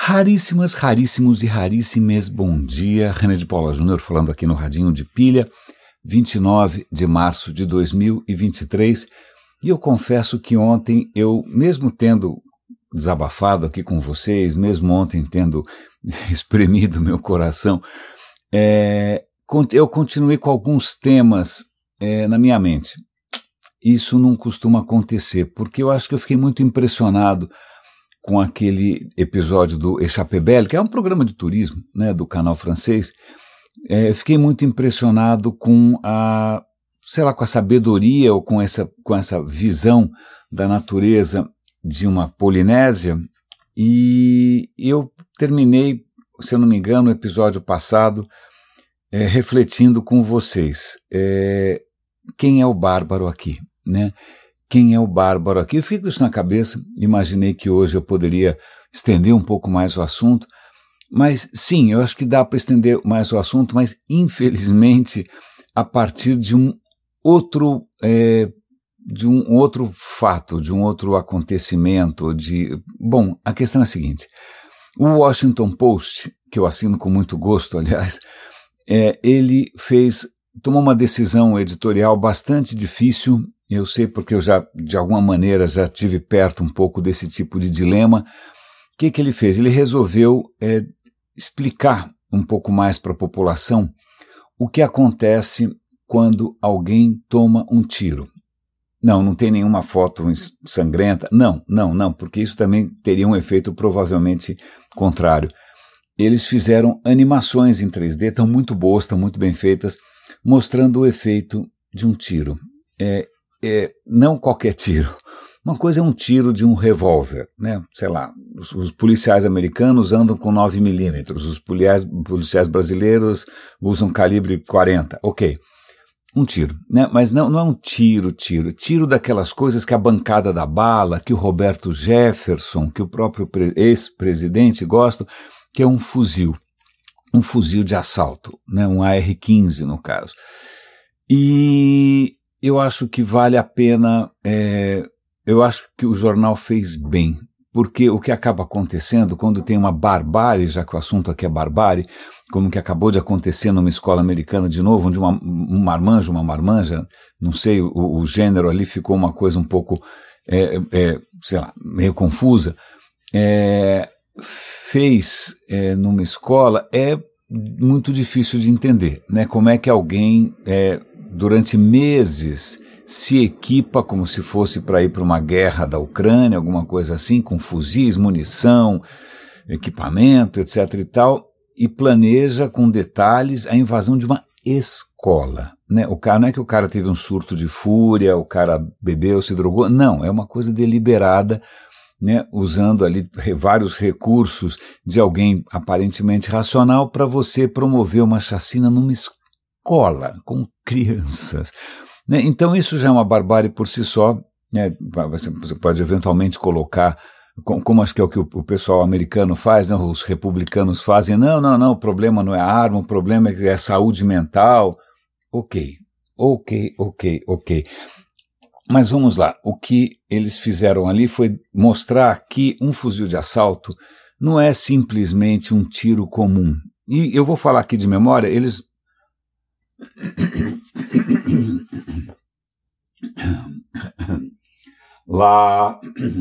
Raríssimas, raríssimos e raríssimes, bom dia. René de Paula Júnior falando aqui no Radinho de Pilha, 29 de março de 2023. E eu confesso que ontem eu, mesmo tendo desabafado aqui com vocês, mesmo ontem tendo espremido meu coração, eu continuei com alguns temas na minha mente. Isso não costuma acontecer, porque eu acho que eu fiquei muito impressionado com aquele episódio do Échappée Belle, que é um programa de turismo, né, do canal francês. Fiquei muito impressionado com com a sabedoria ou com essa visão da natureza de uma Polinésia, e eu terminei, se eu não me engano, o episódio passado, refletindo com vocês, quem é o bárbaro aqui, né? Quem é o bárbaro aqui? Eu fiquei com isso na cabeça, imaginei que hoje eu poderia estender um pouco mais o assunto, mas sim, eu acho que dá para estender mais o assunto, mas infelizmente a partir de um outro fato, de um outro acontecimento, Bom, a questão é a seguinte, o Washington Post, que eu assino com muito gosto, aliás, ele tomou uma decisão editorial bastante difícil. Eu sei porque eu já, de alguma maneira, já tive perto um pouco desse tipo de dilema. O que ele fez? Ele resolveu explicar um pouco mais para a população o que acontece quando alguém toma um tiro. Não tem nenhuma foto sangrenta. Não, porque isso também teria um efeito provavelmente contrário. Eles fizeram animações em 3D, estão muito boas, estão muito bem feitas, mostrando o efeito de um tiro. Não qualquer tiro. Uma coisa é um tiro de um revólver, né? Sei lá, os policiais americanos andam com 9mm, os policiais brasileiros usam calibre 40, ok. Um tiro, né? Mas não é um tiro daquelas coisas que a bancada da bala, que o Roberto Jefferson, que o próprio ex-presidente gosta, que é um fuzil de assalto, né? Um AR-15 no caso. E eu acho que vale a pena, eu acho que o jornal fez bem, porque o que acaba acontecendo quando tem uma barbárie, já que o assunto aqui é barbárie, como que acabou de acontecer numa escola americana de novo, onde uma marmanja, não sei, o gênero ali ficou uma coisa um pouco, meio confusa, fez numa escola, muito difícil de entender, né? Como é que alguém, durante meses, se equipa como se fosse para ir para uma guerra da Ucrânia, alguma coisa assim, com fuzis, munição, equipamento, etc. e tal, e planeja com detalhes a invasão de uma escola, né? Não é que o cara teve um surto de fúria, o cara bebeu, se drogou, não, é uma coisa deliberada, né, usando ali vários recursos de alguém aparentemente racional para você promover uma chacina numa escola com crianças, né? Então isso já é uma barbárie por si só, né? Você pode eventualmente colocar, como acho que é o que o pessoal americano faz, né? Os republicanos fazem, não, o problema não é a arma, o problema é a saúde mental. Ok. Mas vamos lá, o que eles fizeram ali foi mostrar que um fuzil de assalto não é simplesmente um tiro comum. E eu vou falar aqui de memória, eles... Lá.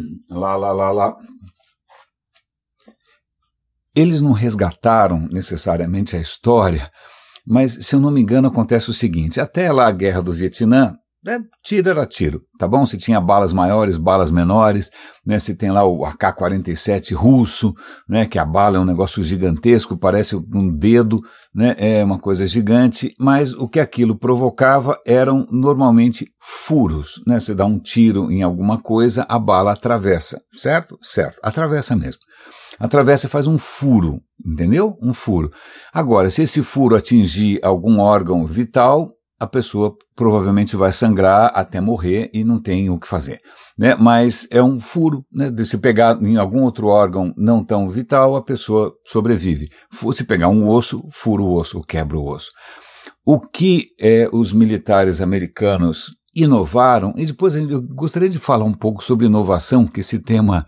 Eles não resgataram necessariamente a história, mas, se eu não me engano, acontece o seguinte, até lá a Guerra do Vietnã, tiro era tiro, tá bom? Se tinha balas maiores, balas menores, né? Se tem lá o AK-47 russo, né? Que a bala é um negócio gigantesco, parece um dedo, né? É uma coisa gigante, mas o que aquilo provocava eram normalmente furos, né? Você dá um tiro em alguma coisa, a bala atravessa, certo? Certo, atravessa mesmo. Atravessa e faz um furo, entendeu? Um furo. Agora, se esse furo atingir algum órgão vital, a pessoa provavelmente vai sangrar até morrer e não tem o que fazer, né? Mas é um furo, né? De se pegar em algum outro órgão não tão vital, a pessoa sobrevive. Se pegar um osso, fura o osso, quebra o osso. O que os militares americanos inovaram, e depois eu gostaria de falar um pouco sobre inovação, que esse tema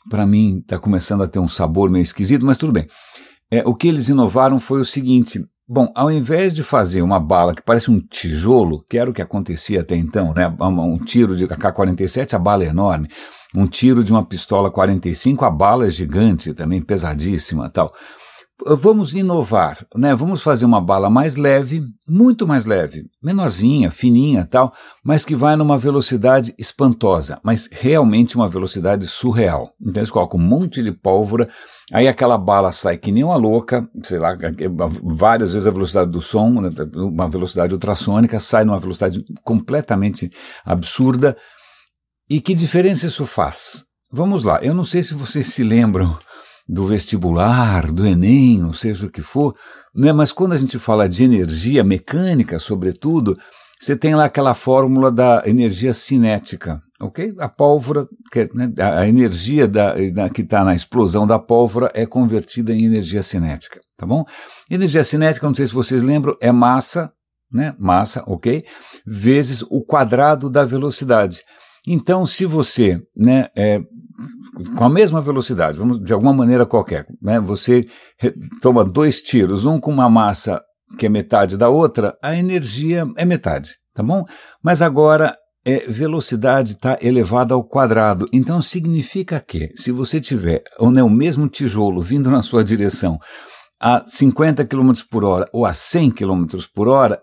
para mim está começando a ter um sabor meio esquisito, mas tudo bem. O que eles inovaram foi o seguinte: bom, ao invés de fazer uma bala que parece um tijolo, que era o que acontecia até então, né? Um tiro de AK-47, a bala é enorme. Um tiro de uma pistola 45, a bala é gigante, também pesadíssima, tal. Vamos inovar, né? Vamos fazer uma bala mais leve, muito mais leve, menorzinha, fininha, tal, mas que vai numa velocidade espantosa, mas realmente uma velocidade surreal. Então eles colocam um monte de pólvora, aí aquela bala sai que nem uma louca, sei lá, várias vezes a velocidade do som, uma velocidade ultrassônica, sai numa velocidade completamente absurda. E que diferença isso faz? Vamos lá, eu não sei se vocês se lembram do vestibular, do Enem, não seja o que for, né? Mas quando a gente fala de energia mecânica, sobretudo, você tem lá aquela fórmula da energia cinética, ok? A pólvora, né, a energia que está na explosão da pólvora é convertida em energia cinética, tá bom? Energia cinética, não sei se vocês lembram, é massa, né? Massa, ok? Vezes o quadrado da velocidade. Então, se você, né, com a mesma velocidade, vamos de alguma maneira qualquer, né, você toma 2 tiros, um com uma massa que é metade da outra, a energia é metade, tá bom? Mas agora, velocidade está elevada ao quadrado, então significa que, se você tiver o mesmo tijolo vindo na sua direção a 50 km por hora ou a 100 km por hora,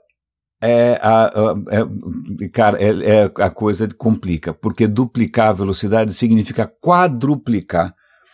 cara, a coisa complica, porque duplicar a velocidade significa quadruplicar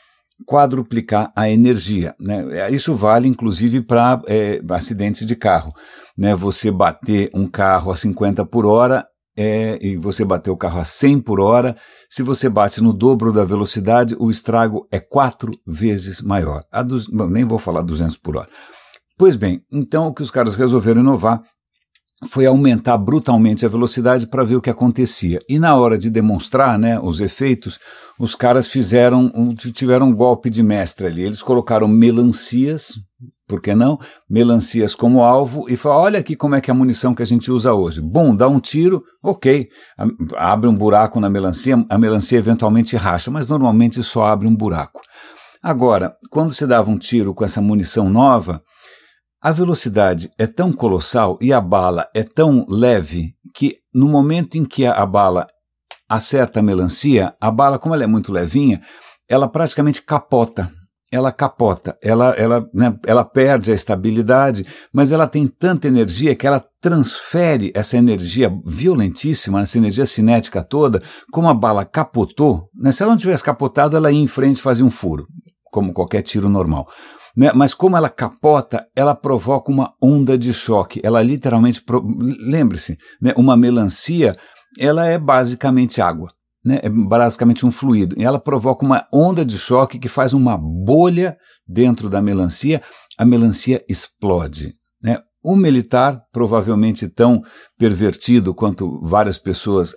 a energia, né? Isso vale inclusive para acidentes de carro, né? Você bater um carro a 50 por hora e você bater o carro a 100 por hora, se você bate no dobro da velocidade, o estrago é 4 vezes maior. Nem vou falar 200 por hora. Pois bem, então o que os caras resolveram inovar foi aumentar brutalmente a velocidade para ver o que acontecia. E na hora de demonstrar, né, os efeitos, os caras tiveram um golpe de mestre ali. Eles colocaram melancias, por que não? Melancias como alvo e falaram, olha aqui como é que é a munição que a gente usa hoje. Bom, dá um tiro, ok. Abre um buraco na melancia, a melancia eventualmente racha, mas normalmente só abre um buraco. Agora, quando se dava um tiro com essa munição nova, a velocidade é tão colossal e a bala é tão leve que no momento em que a bala acerta a melancia, a bala, como ela é muito levinha, ela praticamente capota. Ela perde a estabilidade, mas ela tem tanta energia que ela transfere essa energia violentíssima, essa energia cinética toda, como a bala capotou, né? Se ela não tivesse capotado, ela ia em frente e fazia um furo, como qualquer tiro normal. Né? Mas como ela capota, ela provoca uma onda de choque. Ela literalmente, lembre-se, né? Uma melancia, ela é basicamente água, né? É basicamente um fluido. E ela provoca uma onda de choque que faz uma bolha dentro da melancia, a melancia explode, né? O militar, provavelmente tão pervertido quanto várias pessoas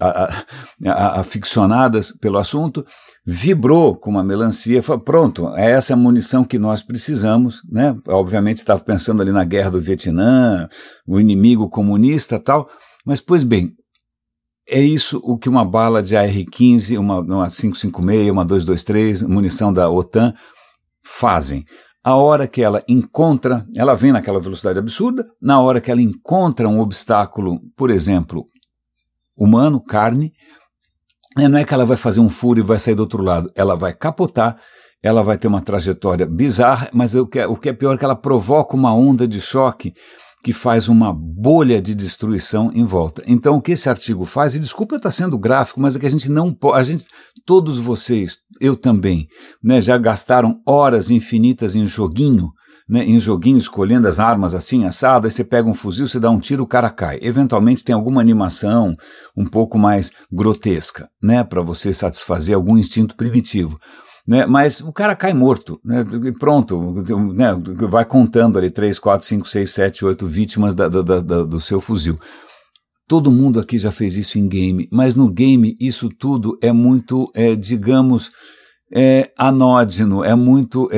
aficionadas pelo assunto, vibrou com uma melancia e falou, pronto, é essa a munição que nós precisamos, né? Obviamente estava pensando ali na guerra do Vietnã, o inimigo comunista e tal, mas pois bem, é isso o que uma bala de AR-15, uma 5.56, uma 223, munição da OTAN, fazem. A hora que ela encontra, ela vem naquela velocidade absurda, na hora que ela encontra um obstáculo, por exemplo, humano, carne, não é que ela vai fazer um furo e vai sair do outro lado, ela vai capotar, ela vai ter uma trajetória bizarra, mas o que é pior é que ela provoca uma onda de choque que faz uma bolha de destruição em volta. Então o que esse artigo faz, e desculpa eu estar sendo gráfico, mas é que a gente não pode, todos vocês, eu também, né, já gastaram horas infinitas em joguinho, né, escolhendo as armas assim, assado, aí você pega um fuzil, você dá um tiro, o cara cai. Eventualmente tem alguma animação um pouco mais grotesca, né, para você satisfazer algum instinto primitivo. Né, mas o cara cai morto, né, e pronto, né, vai contando ali 3, 4, 5, 6, 7, 8 vítimas do seu fuzil. Todo mundo aqui já fez isso em game, mas no game isso tudo é muito, digamos, anódino, é muito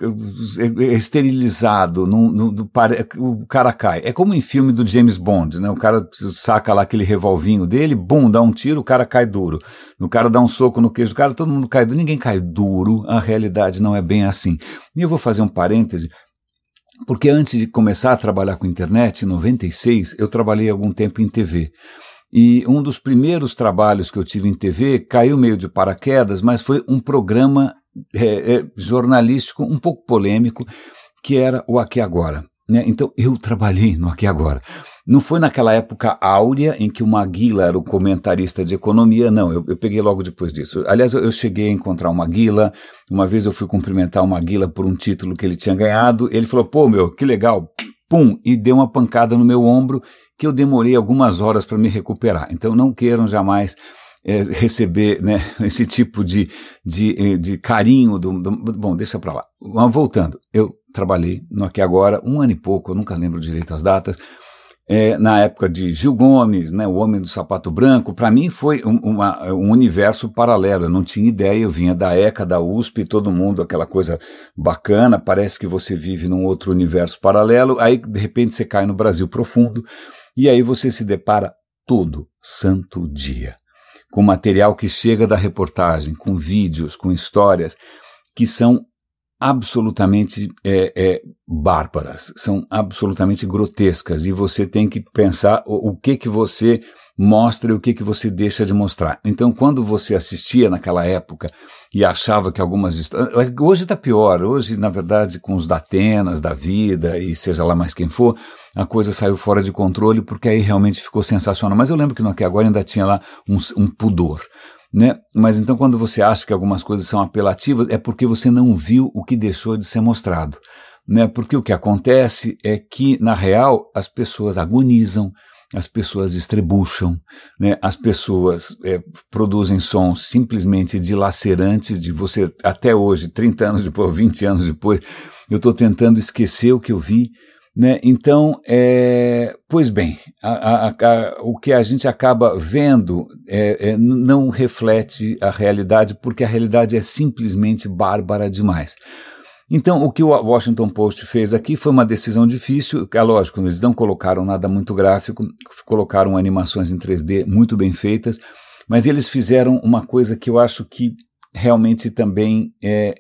esterilizado, o cara cai. É como em filme do James Bond, né? O cara saca lá aquele revolvinho dele, bum, dá um tiro, o cara cai duro. O cara dá um soco no queijo do cara, todo mundo cai duro. Ninguém cai duro, a realidade não é bem assim. E eu vou fazer um parêntese, porque antes de começar a trabalhar com internet, em 96, eu trabalhei algum tempo em TV. E um dos primeiros trabalhos que eu tive em TV caiu meio de paraquedas, mas foi um programa jornalístico um pouco polêmico, que era o Aqui Agora, né? Então eu trabalhei no Aqui Agora. Não foi naquela época áurea em que o Maguila era o comentarista de economia, não, eu peguei logo depois disso. Aliás, eu cheguei a encontrar o Maguila, uma vez eu fui cumprimentar o Maguila por um título que ele tinha ganhado, ele falou, pô, meu, que legal, pum, e deu uma pancada no meu ombro, que eu demorei algumas horas para me recuperar. Então não queiram jamais receber, né, esse tipo de carinho. Bom, deixa para lá. Voltando, eu trabalhei no Aqui Agora 1 ano e pouco, eu nunca lembro direito as datas, na época de Gil Gomes, né, o Homem do Sapato Branco. Para mim foi um universo paralelo, eu não tinha ideia, eu vinha da ECA, da USP, todo mundo, aquela coisa bacana, parece que você vive num outro universo paralelo, aí de repente você cai no Brasil profundo, e aí você se depara todo santo dia com material que chega da reportagem, com vídeos, com histórias que são absolutamente bárbaras, são absolutamente grotescas, e você tem que pensar o que você mostra e o que você deixa de mostrar. Então, quando você assistia naquela época e achava que algumas histórias... Hoje está pior, hoje, na verdade, com os Datenas da vida e seja lá mais quem for, a coisa saiu fora de controle, porque aí realmente ficou sensacional. Mas eu lembro que no Aqui Agora ainda tinha lá um pudor, né? Mas então quando você acha que algumas coisas são apelativas, é porque você não viu o que deixou de ser mostrado, né? Porque o que acontece é que, na real, as pessoas agonizam, as pessoas estrebucham, né? As pessoas produzem sons simplesmente dilacerantes, de você, até hoje, 30 anos depois, 20 anos depois, eu estou tentando esquecer o que eu vi, né? Então, pois bem, o que a gente acaba vendo não reflete a realidade, porque a realidade é simplesmente bárbara demais. Então, o que o Washington Post fez aqui foi uma decisão difícil. É lógico, eles não colocaram nada muito gráfico, colocaram animações em 3D muito bem feitas, mas eles fizeram uma coisa que eu acho que realmente também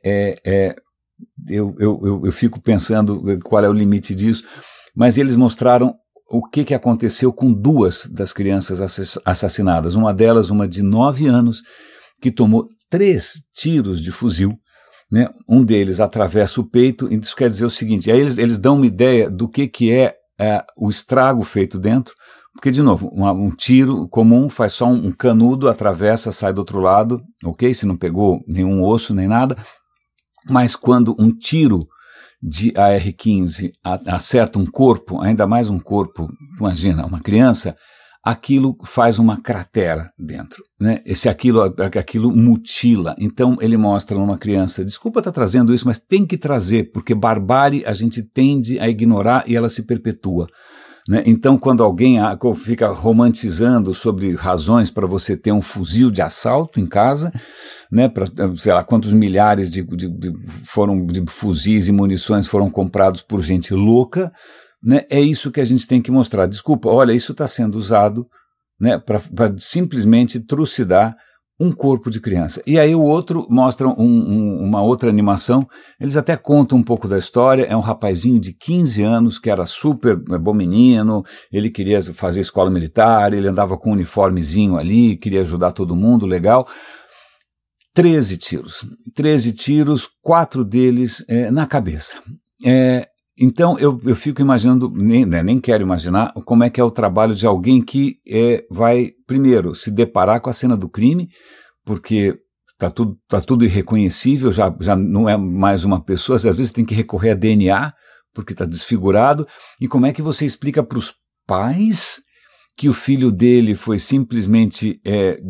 eu fico pensando qual é o limite disso, mas eles mostraram o que aconteceu com 2 das crianças assassinadas. Uma delas, uma de 9 anos, que tomou 3 tiros de fuzil, né? Um deles atravessa o peito, e isso quer dizer o seguinte, aí eles dão uma ideia do que é o estrago feito dentro, porque, de novo, um tiro comum faz só um canudo, atravessa, sai do outro lado, ok? Se não pegou nenhum osso nem nada, mas quando um tiro de AR-15 acerta um corpo, ainda mais um corpo, imagina, uma criança, aquilo faz uma cratera dentro, né? Aquilo mutila. Então ele mostra numa criança, desculpa estar trazendo isso, mas tem que trazer, porque barbárie a gente tende a ignorar e ela se perpetua, né? Então quando alguém fica romantizando sobre razões para você ter um fuzil de assalto em casa, né, para sei lá quantos milhares de fuzis e munições foram comprados por gente louca, né, é isso que a gente tem que mostrar. Desculpa, olha, isso está sendo usado, né, para simplesmente trucidar um corpo de criança. E aí o outro mostra uma outra animação, eles até contam um pouco da história, é um rapazinho de 15 anos que era super bom menino, ele queria fazer escola militar, ele andava com um uniformezinho ali, queria ajudar todo mundo, legal. 13 tiros, 4 deles na cabeça. Então eu fico imaginando, nem quero imaginar como é que é o trabalho de alguém que vai, primeiro, se deparar com a cena do crime, porque tá tudo irreconhecível, já não é mais uma pessoa, às vezes tem que recorrer a DNA, porque está desfigurado, e como é que você explica para os pais que o filho dele foi simplesmente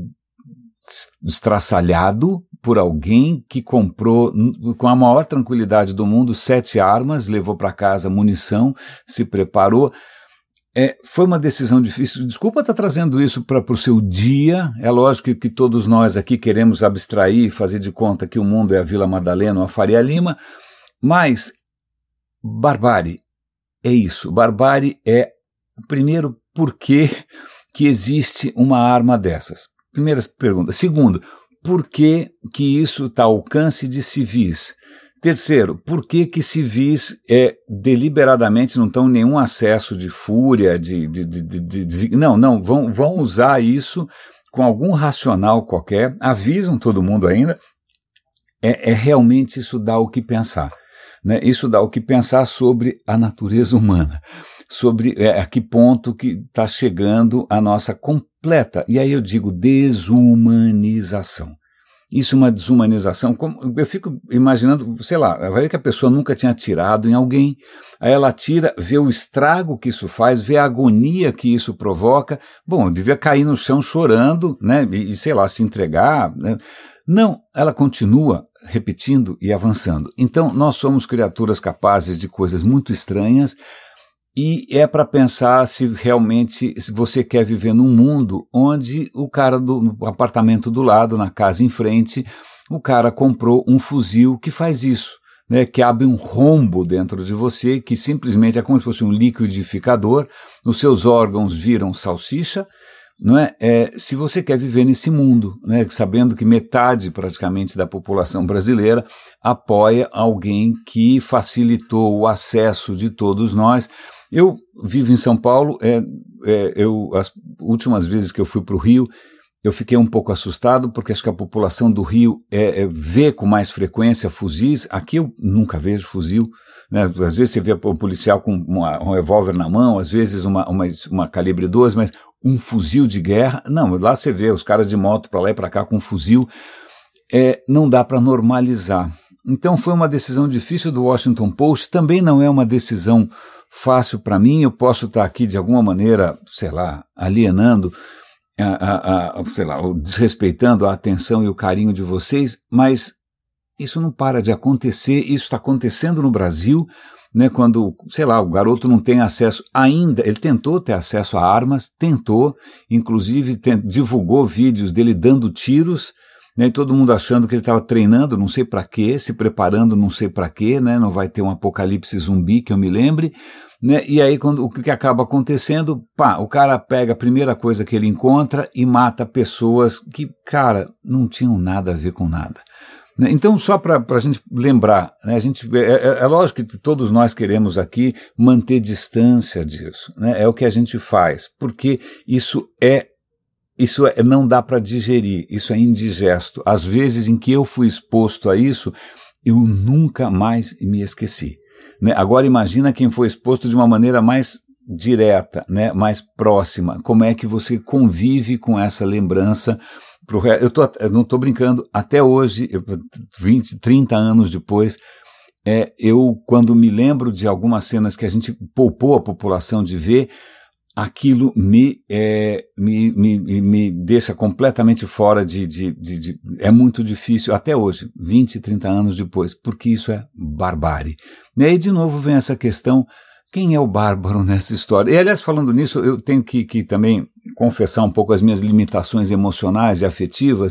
estraçalhado por alguém que comprou com a maior tranquilidade do mundo 7 armas, levou para casa munição, se preparou. Foi uma decisão difícil. Desculpa estar trazendo isso para o seu dia. É lógico que todos nós aqui queremos abstrair e fazer de conta que o mundo é a Vila Madalena ou a Faria Lima, mas barbárie é isso. Barbárie é, primeiro, por que existe uma arma dessas? Primeira pergunta. Segundo, por que isso está ao alcance de civis? Terceiro, por que civis deliberadamente não estão em nenhum acesso de fúria, não, vão usar isso com algum racional qualquer, avisam todo mundo ainda, realmente isso dá o que pensar, né? Isso dá o que pensar sobre a natureza humana, sobre a que ponto que está chegando a nossa completa, e aí eu digo desumanização. Isso é uma desumanização, eu fico imaginando, sei lá, vai ver que a pessoa nunca tinha atirado em alguém, aí ela atira, vê o estrago que isso faz, vê a agonia que isso provoca, bom, devia cair no chão chorando, né, e sei lá, se entregar, né? Não, ela continua repetindo e avançando. Então, nós somos criaturas capazes de coisas muito estranhas, e é para pensar se realmente se você quer viver num mundo onde o cara no apartamento do lado, na casa em frente, o cara comprou um fuzil que faz isso, né, que abre um rombo dentro de você, que simplesmente é como se fosse um liquidificador, os seus órgãos viram salsicha, não é? Se você quer viver nesse mundo, né, sabendo que metade praticamente da população brasileira apoia alguém que facilitou o acesso de todos nós. Eu vivo em São Paulo, as últimas vezes que eu fui para o Rio, eu fiquei um pouco assustado, porque acho que a população do Rio vê com mais frequência fuzis. Aqui eu nunca vejo fuzil, né? Às vezes você vê o policial com um revólver na mão, às vezes uma calibre 12, mas um fuzil de guerra, não, lá você vê os caras de moto para lá e para cá com um fuzil, não dá para normalizar. Então foi uma decisão difícil do Washington Post, também não é uma decisão fácil para mim, eu posso estar aqui de alguma maneira, sei lá, alienando, sei lá, ou desrespeitando a atenção e o carinho de vocês, mas isso não para de acontecer, isso está acontecendo no Brasil, né, quando, sei lá, o garoto não tem acesso ainda, ele tentou ter acesso a armas, inclusive divulgou vídeos dele dando tiros, né, e todo mundo achando que ele estava treinando, não sei para quê, se preparando, não sei para quê, né, não vai ter um apocalipse zumbi que eu me lembre, né, e aí o que acaba acontecendo, o cara pega a primeira coisa que ele encontra e mata pessoas que, cara, não tinham nada a ver com nada. Então, só para a gente lembrar, né, é lógico que todos nós queremos aqui manter distância disso, né, é o que a gente faz, porque isso não dá para digerir, isso é indigesto. Às vezes em que eu fui exposto a isso, eu nunca mais me esqueci, né? Agora imagina quem foi exposto de uma maneira mais direta, né, mais próxima, como é que você convive com essa lembrança. Eu não estou brincando, até hoje, 20, 30 anos depois, eu quando me lembro de algumas cenas que a gente poupou a população de ver, aquilo me deixa completamente fora é muito difícil, até hoje, 20, 30 anos depois, porque isso é barbárie. E aí, de novo, vem essa questão, quem é o bárbaro nessa história? E, aliás, falando nisso, eu tenho que também confessar um pouco as minhas limitações emocionais e afetivas.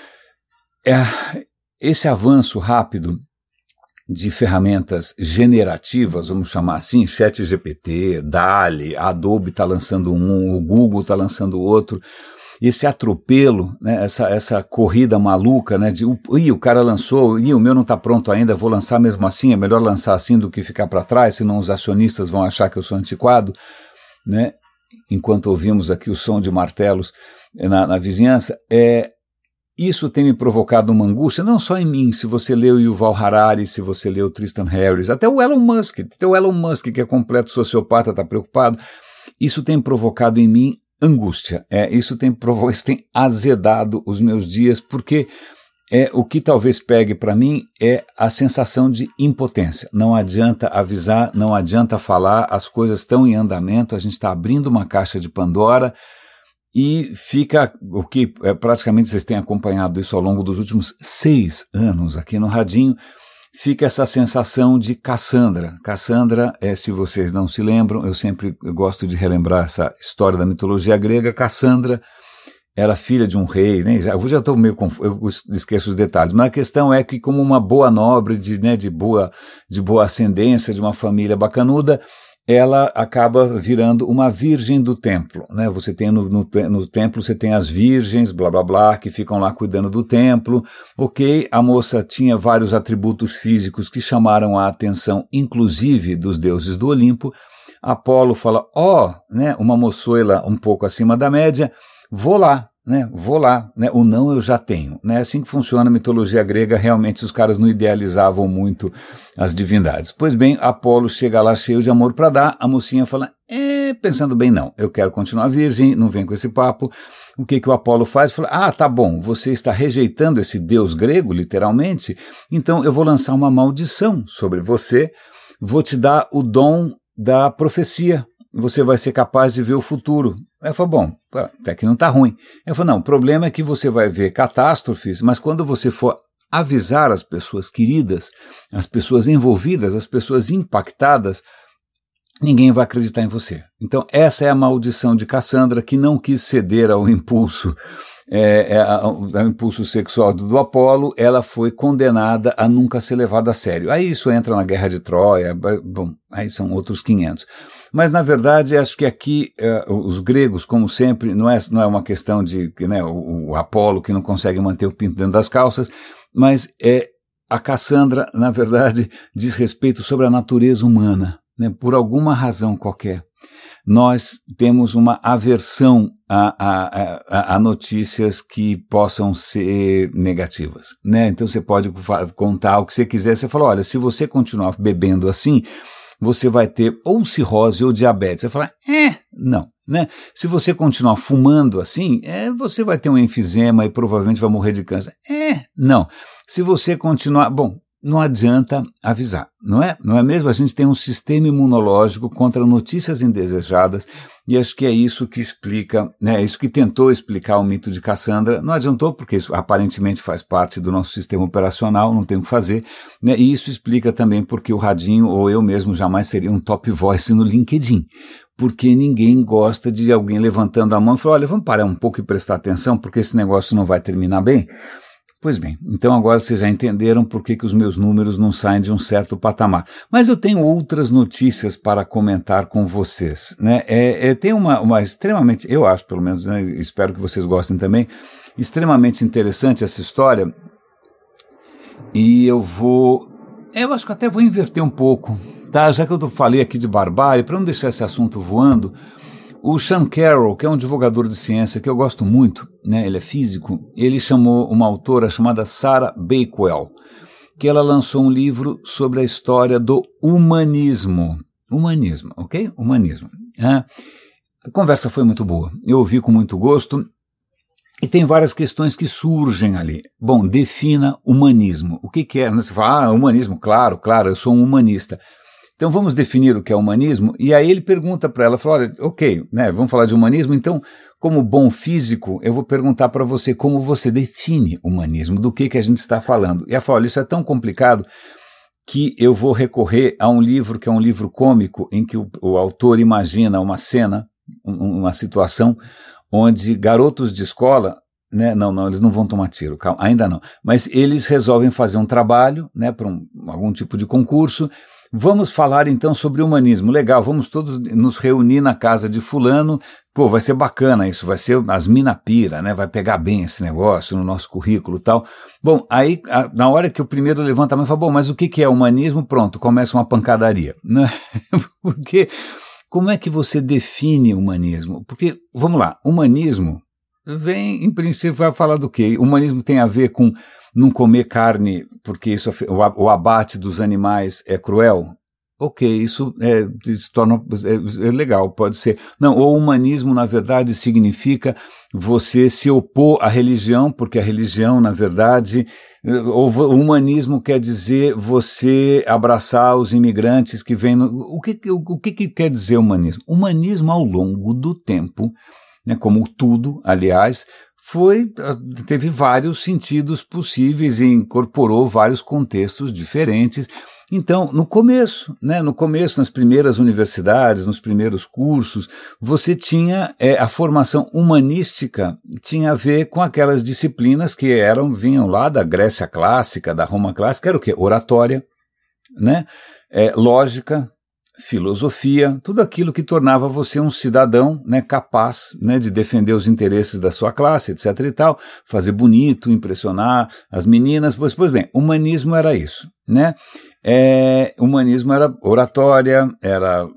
Esse avanço rápido de ferramentas generativas, vamos chamar assim, ChatGPT, DALL-E, a Adobe está lançando o Google está lançando outro, esse atropelo, né, essa corrida maluca, né, o cara lançou, o meu não está pronto ainda, vou lançar mesmo assim, é melhor lançar assim do que ficar para trás, senão os acionistas vão achar que eu sou antiquado, né, enquanto ouvimos aqui o som de martelos na vizinhança, isso tem me provocado uma angústia, não só em mim, se você leu Yuval Harari, se você leu Tristan Harris, até o Elon Musk, que é completo sociopata, está preocupado, isso tem provocado em mim angústia, isso tem azedado os meus dias, porque o que talvez pegue para mim é a sensação de impotência, não adianta avisar, não adianta falar, as coisas estão em andamento, a gente está abrindo uma caixa de Pandora, e fica o que praticamente vocês têm acompanhado isso ao longo dos últimos 6 anos aqui no Radinho, fica essa sensação de Cassandra. Cassandra, se vocês não se lembram, eu sempre gosto de relembrar essa história da mitologia grega. Cassandra era filha de um rei, né? Já estou meio confuso, eu esqueço os detalhes, mas a questão é que, como uma boa nobre de boa ascendência, de uma família bacanuda, ela acaba virando uma virgem do templo, né? Você tem no templo, você tem as virgens, blá blá blá, que ficam lá cuidando do templo. Ok, a moça tinha vários atributos físicos que chamaram a atenção, inclusive dos deuses do Olimpo. Apolo fala, né, uma moçoila um pouco acima da média, vou lá, né, o não eu já tenho, né, assim que funciona a mitologia grega. Realmente os caras não idealizavam muito as divindades. Pois bem, Apolo chega lá cheio de amor para dar, a mocinha fala, pensando bem, não, eu quero continuar virgem, não vem com esse papo. O que o Apolo faz? Fala, tá bom, você está rejeitando esse deus grego, literalmente, então eu vou lançar uma maldição sobre você, vou te dar o dom da profecia, você vai ser capaz de ver o futuro. Eu falo, bom, até que não está ruim. Eu falo, não, o problema é que você vai ver catástrofes, mas quando você for avisar as pessoas queridas, as pessoas envolvidas, as pessoas impactadas, ninguém vai acreditar em você. Então essa é a maldição de Cassandra, que não quis ceder ao impulso, ao impulso sexual do Apolo. Ela foi condenada a nunca ser levada a sério. Aí isso entra na Guerra de Troia, bom, aí são outros 500. Mas, na verdade, acho que aqui os gregos, como sempre, não é uma questão de, né, o Apolo que não consegue manter o pinto dentro das calças, mas a Cassandra, na verdade, diz respeito sobre a natureza humana, né, por alguma razão qualquer. Nós temos uma aversão a notícias que possam ser negativas, né? Então você pode contar o que você quiser. Você fala, olha, se você continuar bebendo assim, você vai ter ou cirrose ou diabetes. Você fala, não, né? Se você continuar fumando assim, você vai ter um enfisema e provavelmente vai morrer de câncer. Não. Se você continuar, bom, não adianta avisar, não é? Não é mesmo? A gente tem um sistema imunológico contra notícias indesejadas, e acho que é isso que explica, né? Isso que tentou explicar o mito de Cassandra. Não adiantou, porque isso aparentemente faz parte do nosso sistema operacional, não tem o que fazer, né? E isso explica também porque o Radinho ou eu mesmo jamais seria um top voice no LinkedIn, porque ninguém gosta de alguém levantando a mão e falando, olha, vamos parar um pouco e prestar atenção, porque esse negócio não vai terminar bem. Pois bem, então agora vocês já entenderam por que os meus números não saem de um certo patamar. Mas eu tenho outras notícias para comentar com vocês, né? Tem uma extremamente, eu acho pelo menos, né, espero que vocês gostem também, extremamente interessante essa história, e eu acho que até vou inverter um pouco, tá? Já que eu falei aqui de barbárie, para não deixar esse assunto voando, o Sean Carroll, que é um divulgador de ciência que eu gosto muito, né, ele é físico, ele chamou uma autora chamada Sarah Bakewell, que ela lançou um livro sobre a história do humanismo. Humanismo, ok? Humanismo. A conversa foi muito boa, eu ouvi com muito gosto, e tem várias questões que surgem ali. Bom, defina humanismo. O que é? Você fala, humanismo, claro, eu sou um humanista. Então vamos definir o que é humanismo, e aí ele pergunta para ela, fala, olha, ok, né, vamos falar de humanismo, então, como bom físico, eu vou perguntar para você como você define humanismo, do que a gente está falando. E ela fala, olha, isso é tão complicado que eu vou recorrer a um livro que é um livro cômico, em que o autor imagina uma cena, uma situação, onde garotos de escola, né, não, eles não vão tomar tiro, calma, ainda não, mas eles resolvem fazer um trabalho, né, para algum tipo de concurso. Vamos falar então sobre humanismo. Legal, vamos todos nos reunir na casa de fulano. Pô, vai ser bacana isso, vai ser as mina pira, né? Vai pegar bem esse negócio no nosso currículo e tal. Bom, aí na hora que o primeiro levanta a mão e fala, bom, mas o que é humanismo? Pronto, começa uma pancadaria, né? Porque como é que você define humanismo? Porque, vamos lá, humanismo vem, em princípio, vai falar do quê? Humanismo tem a ver com não comer carne porque isso, o abate dos animais é cruel? Ok, isso se torna legal, pode ser. Não, o humanismo, na verdade, significa você se opor à religião, porque a religião, na verdade, o humanismo quer dizer você abraçar os imigrantes que vêm... O que quer dizer humanismo? Humanismo, ao longo do tempo, né, como tudo, aliás, teve vários sentidos possíveis e incorporou vários contextos diferentes. Então, no começo, nas primeiras universidades, nos primeiros cursos, você tinha a formação humanística, tinha a ver com aquelas disciplinas que vinham lá da Grécia clássica, da Roma clássica, era o quê? Oratória, lógica, filosofia, tudo aquilo que tornava você um cidadão, capaz, de defender os interesses da sua classe, etc. e tal, fazer bonito, impressionar as meninas. Pois bem, humanismo era isso, humanismo era oratória, era,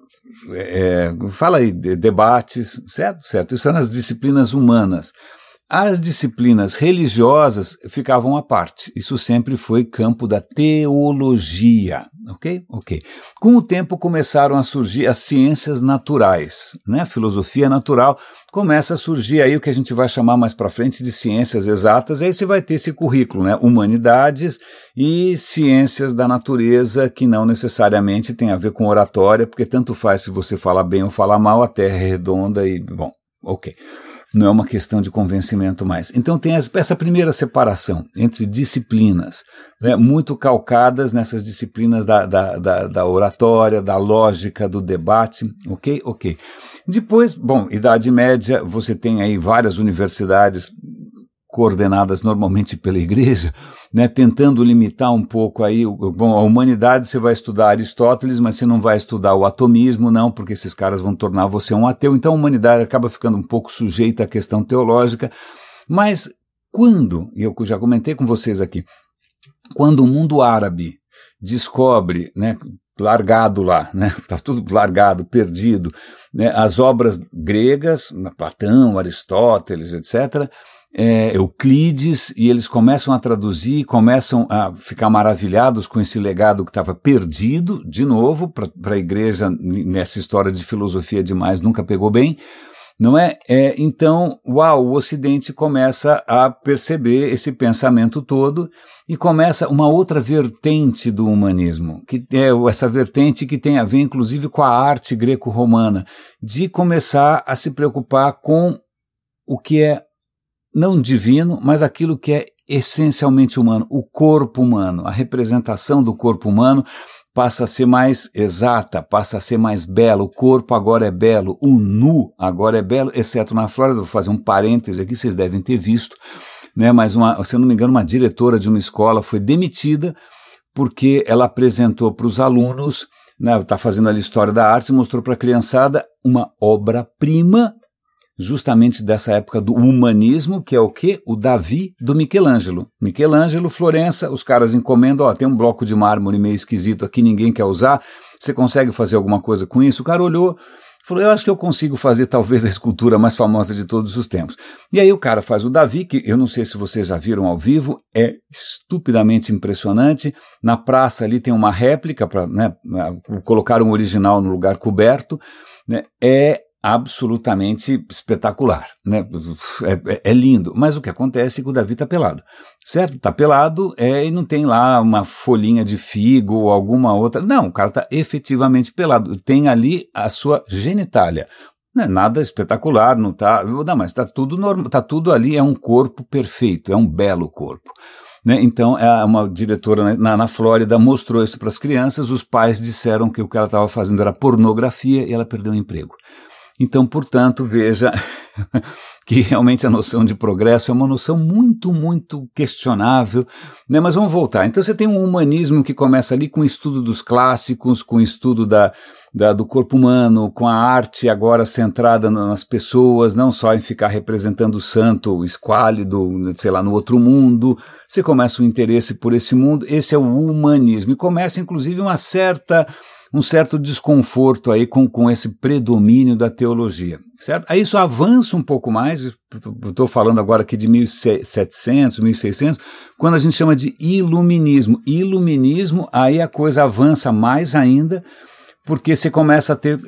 fala aí, debates, certo? Isso eram as disciplinas humanas. As disciplinas religiosas ficavam à parte. Isso sempre foi campo da teologia, ok? Com o tempo começaram a surgir as ciências naturais, A filosofia natural começa a surgir aí o que a gente vai chamar mais para frente de ciências exatas. Aí você vai ter esse currículo, Humanidades e ciências da natureza, que não necessariamente tem a ver com oratória, porque tanto faz se você falar bem ou falar mal, a Terra é redonda e, bom, ok. Não é uma questão de convencimento mais. Então tem essa primeira separação entre disciplinas, muito calcadas nessas disciplinas da oratória, da lógica, do debate, ok. Depois, Idade Média, você tem aí várias universidades coordenadas normalmente pela igreja, tentando limitar um pouco aí, a humanidade você vai estudar Aristóteles, mas você não vai estudar o atomismo, não, porque esses caras vão tornar você um ateu, então a humanidade acaba ficando um pouco sujeita à questão teológica, mas e eu já comentei com vocês aqui, quando o mundo árabe descobre, largado lá, está tudo largado, perdido, as obras gregas, Platão, Aristóteles, etc., Euclides, e eles começam a traduzir, começam a ficar maravilhados com esse legado que estava perdido, de novo, para a igreja, nessa história de filosofia demais, nunca pegou bem, não é? Então, o Ocidente começa a perceber esse pensamento todo e começa uma outra vertente do humanismo, que é essa vertente que tem a ver, inclusive, com a arte greco-romana, de começar a se preocupar com o que é não divino, mas aquilo que é essencialmente humano, o corpo humano, a representação do corpo humano passa a ser mais exata, passa a ser mais belo, o corpo agora é belo, o nu agora é belo, exceto na Flórida. Vou fazer um parêntese aqui, vocês devem ter visto, mas se eu não me engano, uma diretora de uma escola foi demitida porque ela apresentou para os alunos, está fazendo ali História da Arte, mostrou para a criançada uma obra-prima justamente dessa época do humanismo, que é o quê? O Davi do Michelangelo. Michelangelo, Florença, os caras encomendam, tem um bloco de mármore meio esquisito aqui, ninguém quer usar, você consegue fazer alguma coisa com isso? O cara olhou, falou, eu acho que eu consigo fazer talvez a escultura mais famosa de todos os tempos. E aí o cara faz o Davi, que eu não sei se vocês já viram ao vivo, é estupidamente impressionante. Na praça ali tem uma réplica, para colocar um original no lugar coberto, é absolutamente espetacular, é lindo, mas o que acontece é que o Davi está pelado, certo? Está pelado e não tem lá uma folhinha de figo ou alguma outra, não, o cara está efetivamente pelado, tem ali a sua genitália, não é nada espetacular, não, mas está tudo normal, está tudo ali, é um corpo perfeito, é um belo corpo. Então, uma diretora na Flórida mostrou isso para as crianças, os pais disseram que o que ela estava fazendo era pornografia e ela perdeu o emprego. Então, portanto, veja que realmente a noção de progresso é uma noção muito, muito questionável, mas vamos voltar. Então você tem um humanismo que começa ali com o estudo dos clássicos, com o estudo do corpo humano, com a arte agora centrada nas pessoas, não só em ficar representando o santo esquálido, sei lá, no outro mundo. Você começa um interesse por esse mundo, esse é o humanismo. E começa, inclusive, um certo desconforto aí com esse predomínio da teologia, certo? Aí isso avança um pouco mais, estou falando agora aqui de 1700, 1600, quando a gente chama de iluminismo. Iluminismo, aí a coisa avança mais ainda, porque você começa a ter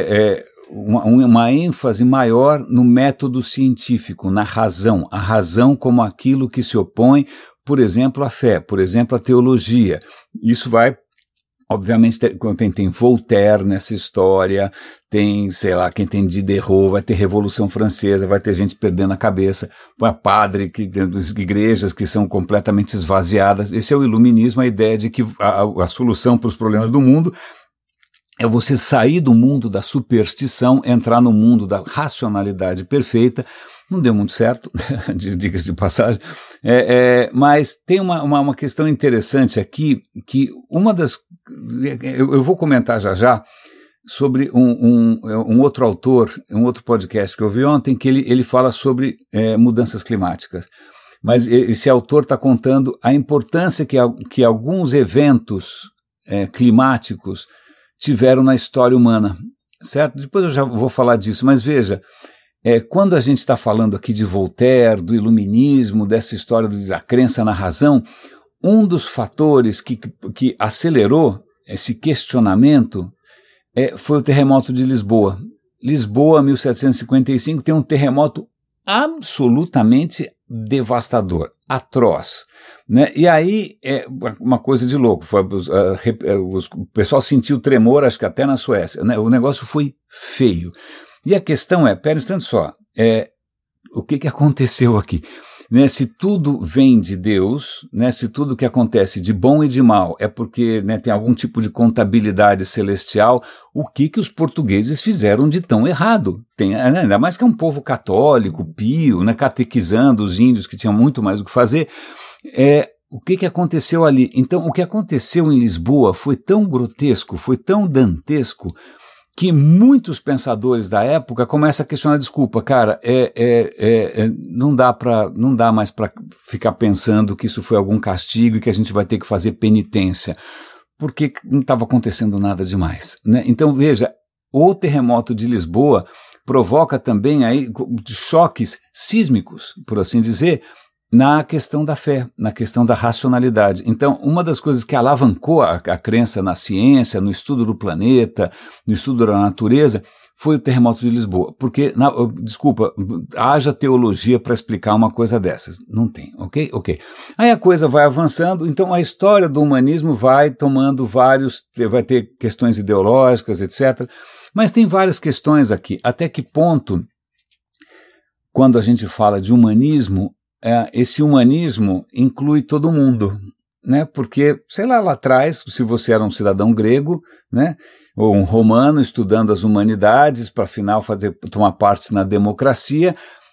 uma ênfase maior no método científico, na razão, a razão como aquilo que se opõe, por exemplo, à fé, por exemplo, à teologia. Isso vai Obviamente tem Voltaire nessa história, tem, sei lá, quem tem Diderot, vai ter Revolução Francesa, vai ter gente perdendo a cabeça, padre, igrejas que são completamente esvaziadas. Esse é o iluminismo, a ideia de que a solução para os problemas do mundo é você sair do mundo da superstição, entrar no mundo da racionalidade perfeita. Não deu muito certo, diga-se de passagem, mas tem uma questão interessante aqui, que uma das... Eu vou comentar já sobre um outro autor, um outro podcast que eu vi ontem, que ele fala sobre mudanças climáticas. Mas esse autor está contando a importância que alguns eventos climáticos tiveram na história humana, certo? Depois eu já vou falar disso, mas veja, quando a gente está falando aqui de Voltaire, do iluminismo, dessa história da crença na razão, um dos fatores que acelerou esse questionamento foi o terremoto de Lisboa. Lisboa, 1755, tem um terremoto absolutamente devastador, atroz, né? E aí é uma coisa de louco, o pessoal sentiu tremor, acho que até na Suécia, né? O negócio foi feio. E a questão pera um instante só, o que aconteceu aqui? Né, se tudo vem de Deus, né, se tudo que acontece de bom e de mal é porque, né, tem algum tipo de contabilidade celestial, o que os portugueses fizeram de tão errado? Ainda mais que é um povo católico, pio, né, catequizando os índios que tinham muito mais o que fazer. O que aconteceu ali? Então, o que aconteceu em Lisboa foi tão grotesco, foi tão dantesco, que muitos pensadores da época começam a questionar, desculpa, cara, não dá mais para ficar pensando que isso foi algum castigo e que a gente vai ter que fazer penitência, porque não estava acontecendo nada demais, né? Então, veja, o terremoto de Lisboa provoca também aí choques sísmicos, por assim dizer, na questão da fé, na questão da racionalidade. Então, uma das coisas que alavancou a crença na ciência, no estudo do planeta, no estudo da natureza, foi o terremoto de Lisboa. Porque, desculpa, haja teologia para explicar uma coisa dessas. Não tem, ok? Ok. Aí a coisa vai avançando, então a história do humanismo vai tomando vai ter questões ideológicas, etc. Mas tem várias questões aqui. Até que ponto, quando a gente fala de humanismo, esse humanismo inclui todo mundo, né? Porque, sei lá atrás, se você era um cidadão grego, né, ou um romano estudando as humanidades para afinal tomar parte na democracia,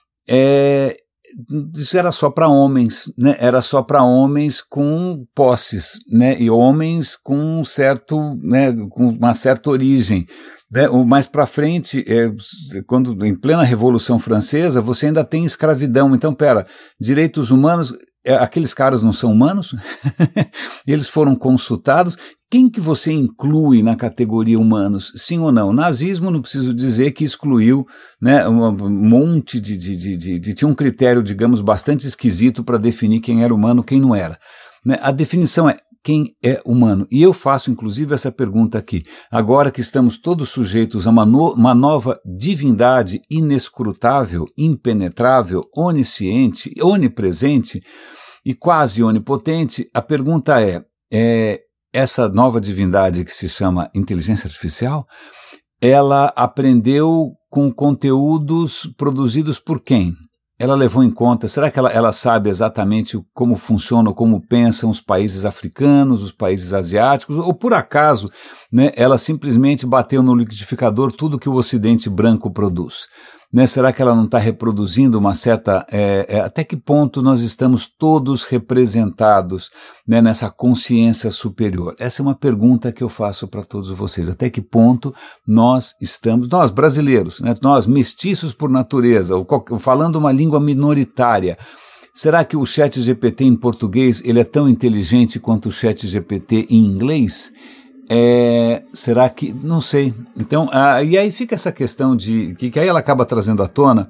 isso era só para homens, né? Era só para homens com posses, né? E homens com com uma certa origem. Mais para frente, quando em plena Revolução Francesa, você ainda tem escravidão. Então, direitos humanos, aqueles caras não são humanos? Eles foram consultados. Quem que você inclui na categoria humanos, sim ou não? O nazismo, não preciso dizer que excluiu, né, um monte tinha um critério, digamos, bastante esquisito para definir quem era humano e quem não era. Né? A definição é quem é humano. E eu faço, inclusive, essa pergunta aqui. Agora que estamos todos sujeitos a uma nova divindade inescrutável, impenetrável, onisciente, onipresente e quase onipotente, a pergunta essa nova divindade que se chama inteligência artificial, ela aprendeu com conteúdos produzidos por quem? Ela levou em conta, será que ela sabe exatamente como funcionam, como pensam os países africanos, os países asiáticos, ou por acaso, né, ela simplesmente bateu no liquidificador tudo que o Ocidente branco produz? Né, será que ela não está reproduzindo uma certa... até que ponto nós estamos todos representados, né, nessa consciência superior? Essa é uma pergunta que eu faço para todos vocês. Até que ponto nós estamos, nós brasileiros, né, nós mestiços por natureza, falando uma língua minoritária, será que o ChatGPT em português ele é tão inteligente quanto o ChatGPT em inglês? Será que... Não sei. Então, e aí fica essa questão que aí ela acaba trazendo à tona,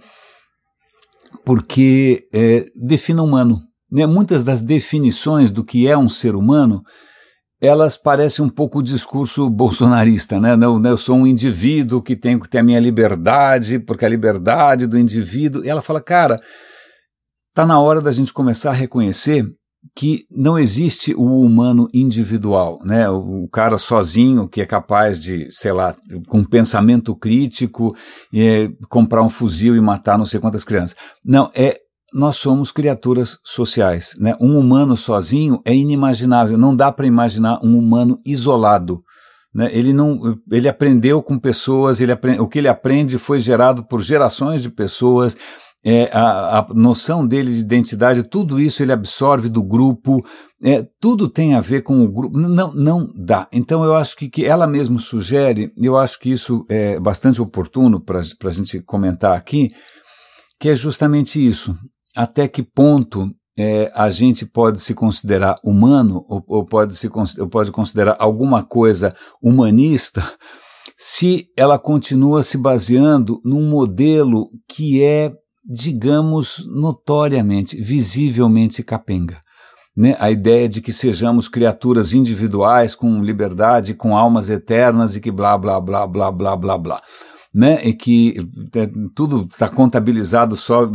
porque defina humano. Né? Muitas das definições do que é um ser humano, elas parecem um pouco o discurso bolsonarista, né? Eu sou um indivíduo que tenho que ter a minha liberdade, porque a liberdade do indivíduo... E ela fala, cara, está na hora da gente começar a reconhecer que não existe o humano individual, né? O cara sozinho que é capaz de, sei lá, com pensamento crítico, comprar um fuzil e matar não sei quantas crianças. Não, nós somos criaturas sociais, né? Um humano sozinho é inimaginável, não dá para imaginar um humano isolado, né? Ele aprendeu com pessoas, o que ele aprende foi gerado por gerações de pessoas. A noção dele de identidade, tudo isso ele absorve do grupo, tudo tem a ver com o grupo, não dá. Então eu acho que ela mesma sugere, eu acho que isso é bastante oportuno para a gente comentar aqui, que é justamente isso, até que ponto a gente pode se considerar humano, ou pode considerar alguma coisa humanista, se ela continua se baseando num modelo que é, digamos, notoriamente, visivelmente capenga, né? A ideia de que sejamos criaturas individuais, com liberdade, com almas eternas e que blá, blá, blá, blá, blá, blá, blá, né? E que tudo está contabilizado só.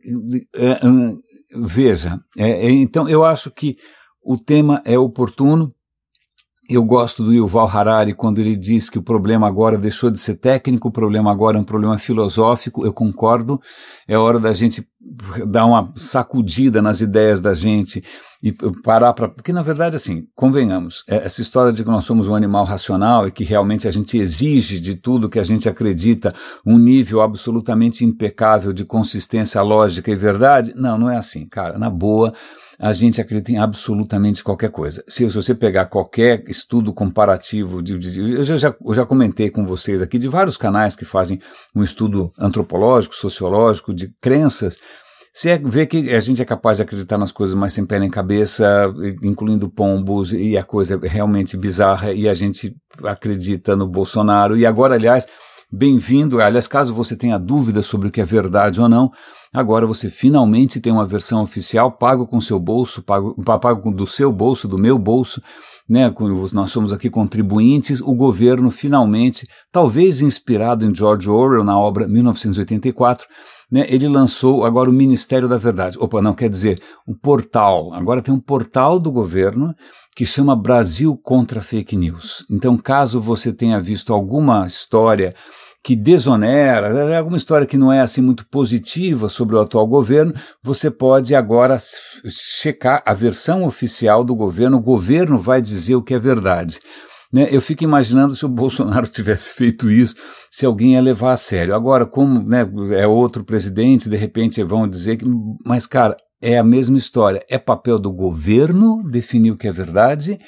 Veja, então eu acho que o tema é oportuno. Eu gosto do Yuval Harari quando ele diz que o problema agora deixou de ser técnico, o problema agora é um problema filosófico. Eu concordo, é hora da gente dar uma sacudida nas ideias da gente e parar para... Porque, na verdade, assim, convenhamos, essa história de que nós somos um animal racional e que realmente a gente exige de tudo que a gente acredita um nível absolutamente impecável de consistência lógica e verdade, não é assim, cara, na boa. A gente acredita em absolutamente qualquer coisa. Se você pegar qualquer estudo comparativo, eu já comentei com vocês aqui de vários canais que fazem um estudo antropológico, sociológico, de crenças, você vê que a gente é capaz de acreditar nas coisas mais sem pé nem cabeça, incluindo pombos, e a coisa é realmente bizarra, e a gente acredita no Bolsonaro. E agora, aliás, bem-vindo, aliás, caso você tenha dúvidas sobre o que é verdade ou não, agora você finalmente tem uma versão oficial, pago com seu bolso, pago do seu bolso, do meu bolso, né? Nós somos aqui contribuintes, o governo finalmente, talvez inspirado em George Orwell na obra 1984, né, ele lançou agora o Ministério da Verdade. Quer dizer, um portal. Agora tem um portal do governo que chama Brasil contra Fake News. Então, caso você tenha visto alguma história que desonera, alguma história que não é assim muito positiva sobre o atual governo, você pode agora checar a versão oficial do governo, o governo vai dizer o que é verdade. Né, eu fico imaginando se o Bolsonaro tivesse feito isso, se alguém ia levar a sério. Agora, como, né, é outro presidente, de repente vão dizer que... Mas, cara, é a mesma história. É papel do governo definir o que é verdade,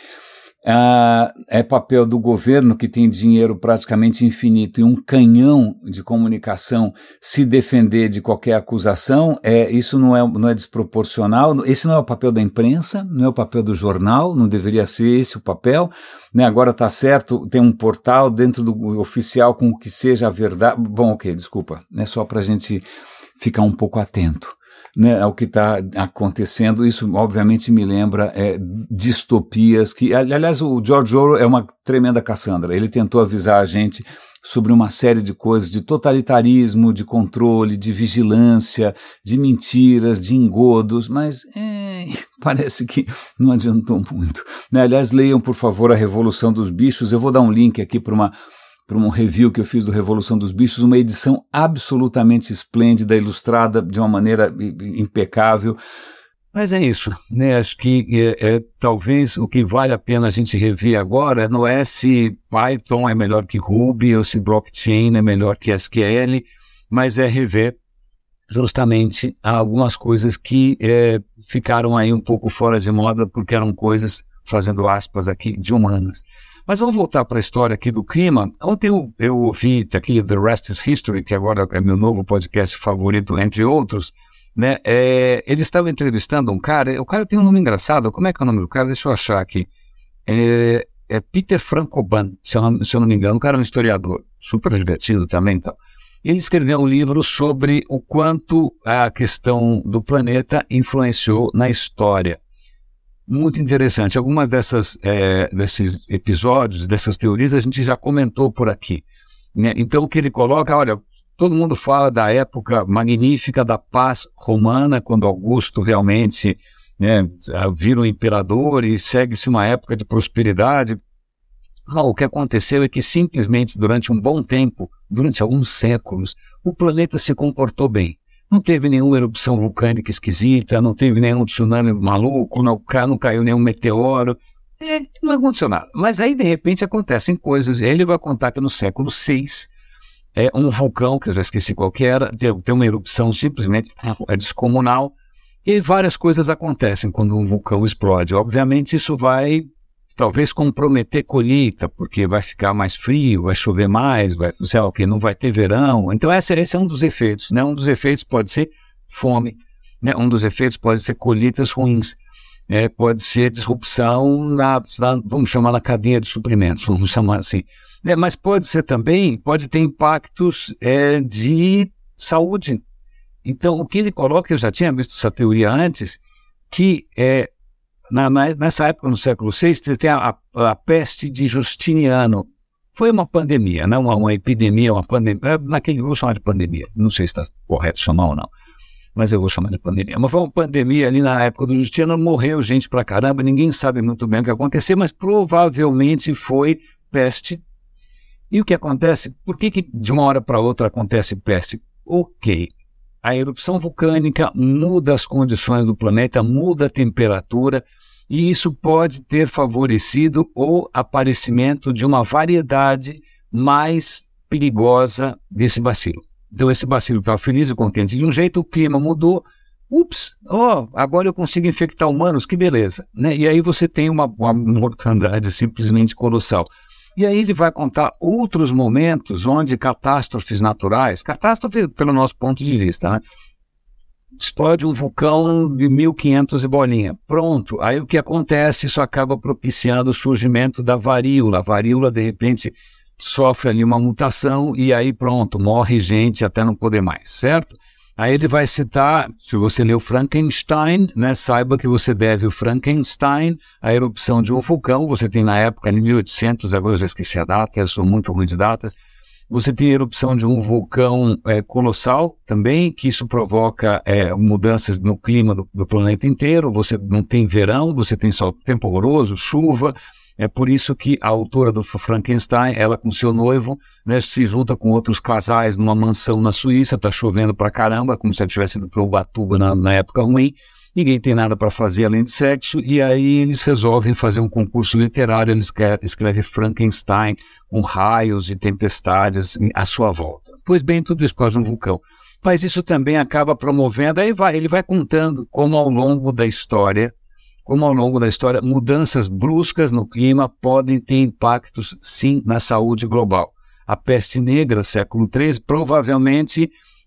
é papel do governo, que tem dinheiro praticamente infinito e um canhão de comunicação, se defender de qualquer acusação. Isso não é desproporcional. Esse não é o papel da imprensa, não é o papel do jornal, não deveria ser esse o papel, né? Agora está certo, tem um portal dentro do oficial com o que seja a verdade. Bom, desculpa, é só para a gente ficar um pouco atento, né, ao que está acontecendo. Isso obviamente me lembra distopias que, aliás, o George Orwell é uma tremenda Cassandra. Ele tentou avisar a gente sobre uma série de coisas, de totalitarismo, de controle, de vigilância, de mentiras, de engodos, mas parece que não adiantou muito, né? Aliás, leiam por favor A Revolução dos Bichos. Eu vou dar um link aqui para um review que eu fiz do Revolução dos Bichos, uma edição absolutamente esplêndida, ilustrada de uma maneira impecável. Mas é isso, né? Acho que talvez o que vale a pena a gente rever agora não é se Python é melhor que Ruby ou se blockchain é melhor que SQL, mas é rever justamente algumas coisas que ficaram aí um pouco fora de moda porque eram coisas, fazendo aspas aqui, de humanas. Mas vamos voltar para a história aqui do clima. Ontem eu ouvi aqui The Rest is History, que agora é meu novo podcast favorito, entre outros, né? Eles estavam entrevistando um cara, o cara tem um nome engraçado. Como é que é o nome do cara? Deixa eu achar aqui. É Peter Frankopan, se eu não me engano. O cara é um historiador, super divertido também. Então. Ele escreveu um livro sobre o quanto a questão do planeta influenciou na história. Muito interessante. Algumas desses episódios, dessas teorias, a gente já comentou por aqui, né? Então, o que ele coloca, olha, todo mundo fala da época magnífica da paz romana, quando Augusto realmente né, vira um imperador e segue-se uma época de prosperidade. Não, o que aconteceu é que simplesmente durante um bom tempo, durante alguns séculos, o planeta se comportou bem. Não teve nenhuma erupção vulcânica esquisita, não teve nenhum tsunami maluco, não caiu nenhum meteoro, não aconteceu nada. Mas aí, de repente, acontecem coisas. Ele vai contar que no século VI, um vulcão, que eu já esqueci qual que era, tem uma erupção simplesmente descomunal, e várias coisas acontecem quando um vulcão explode. Obviamente, isso vai talvez comprometer colheita, porque vai ficar mais frio, vai chover mais, sei lá o que, não vai ter verão. Então esse é um dos efeitos, né? Um dos efeitos pode ser fome, né? Um dos efeitos pode ser colheitas ruins, pode ser disrupção vamos chamar, na cadeia de suprimentos, vamos chamar assim. Mas pode ser também, pode ter impactos de saúde. Então o que ele coloca, eu já tinha visto essa teoria antes, que nessa época, no século VI, você tem a peste de Justiniano. Foi uma pandemia, né? uma epidemia, uma pandemia. Eu vou chamar de pandemia. Não sei se está correto chamar ou não, mas eu vou chamar de pandemia. Mas foi uma pandemia ali na época do Justiniano, morreu gente pra caramba, ninguém sabe muito bem o que aconteceu, mas provavelmente foi peste. E o que acontece? Por que de uma hora para outra acontece peste? Ok. A erupção vulcânica muda as condições do planeta, muda a temperatura, e isso pode ter favorecido o aparecimento de uma variedade mais perigosa desse bacilo. Então esse bacilo estava feliz e contente de um jeito, o clima mudou, agora eu consigo infectar humanos, que beleza, né? E aí você tem uma mortandade simplesmente colossal. E aí ele vai contar outros momentos onde catástrofes naturais, catástrofe pelo nosso ponto de vista, né? Explode um vulcão de 1500 e bolinha. Pronto, aí o que acontece? Isso acaba propiciando o surgimento da varíola. A varíola, de repente, sofre ali uma mutação e aí pronto, morre gente até não poder mais, certo? Aí ele vai citar, se você leu Frankenstein, né, saiba que você deve o Frankenstein, a erupção de um vulcão. Você tem na época, em 1800, agora eu já esqueci a data, eu sou muito ruim de datas. Você tem a erupção de um vulcão colossal também, que isso provoca mudanças no clima do planeta inteiro. Você não tem verão, você tem só tempo horroroso, chuva. É por isso que a autora do Frankenstein, ela com seu noivo, né, se junta com outros casais numa mansão na Suíça, tá chovendo pra caramba, como se ela estivesse indo para Ubatuba na época ruim. Ninguém tem nada para fazer além de sexo, e aí eles resolvem fazer um concurso literário. Eles escrevem Frankenstein com raios e tempestades à sua volta. Pois bem, tudo isso por causa de um vulcão. Mas isso também acaba promovendo, ele vai contando como ao longo da história, mudanças bruscas no clima podem ter impactos, sim, na saúde global. A peste negra, século XIII, provavelmente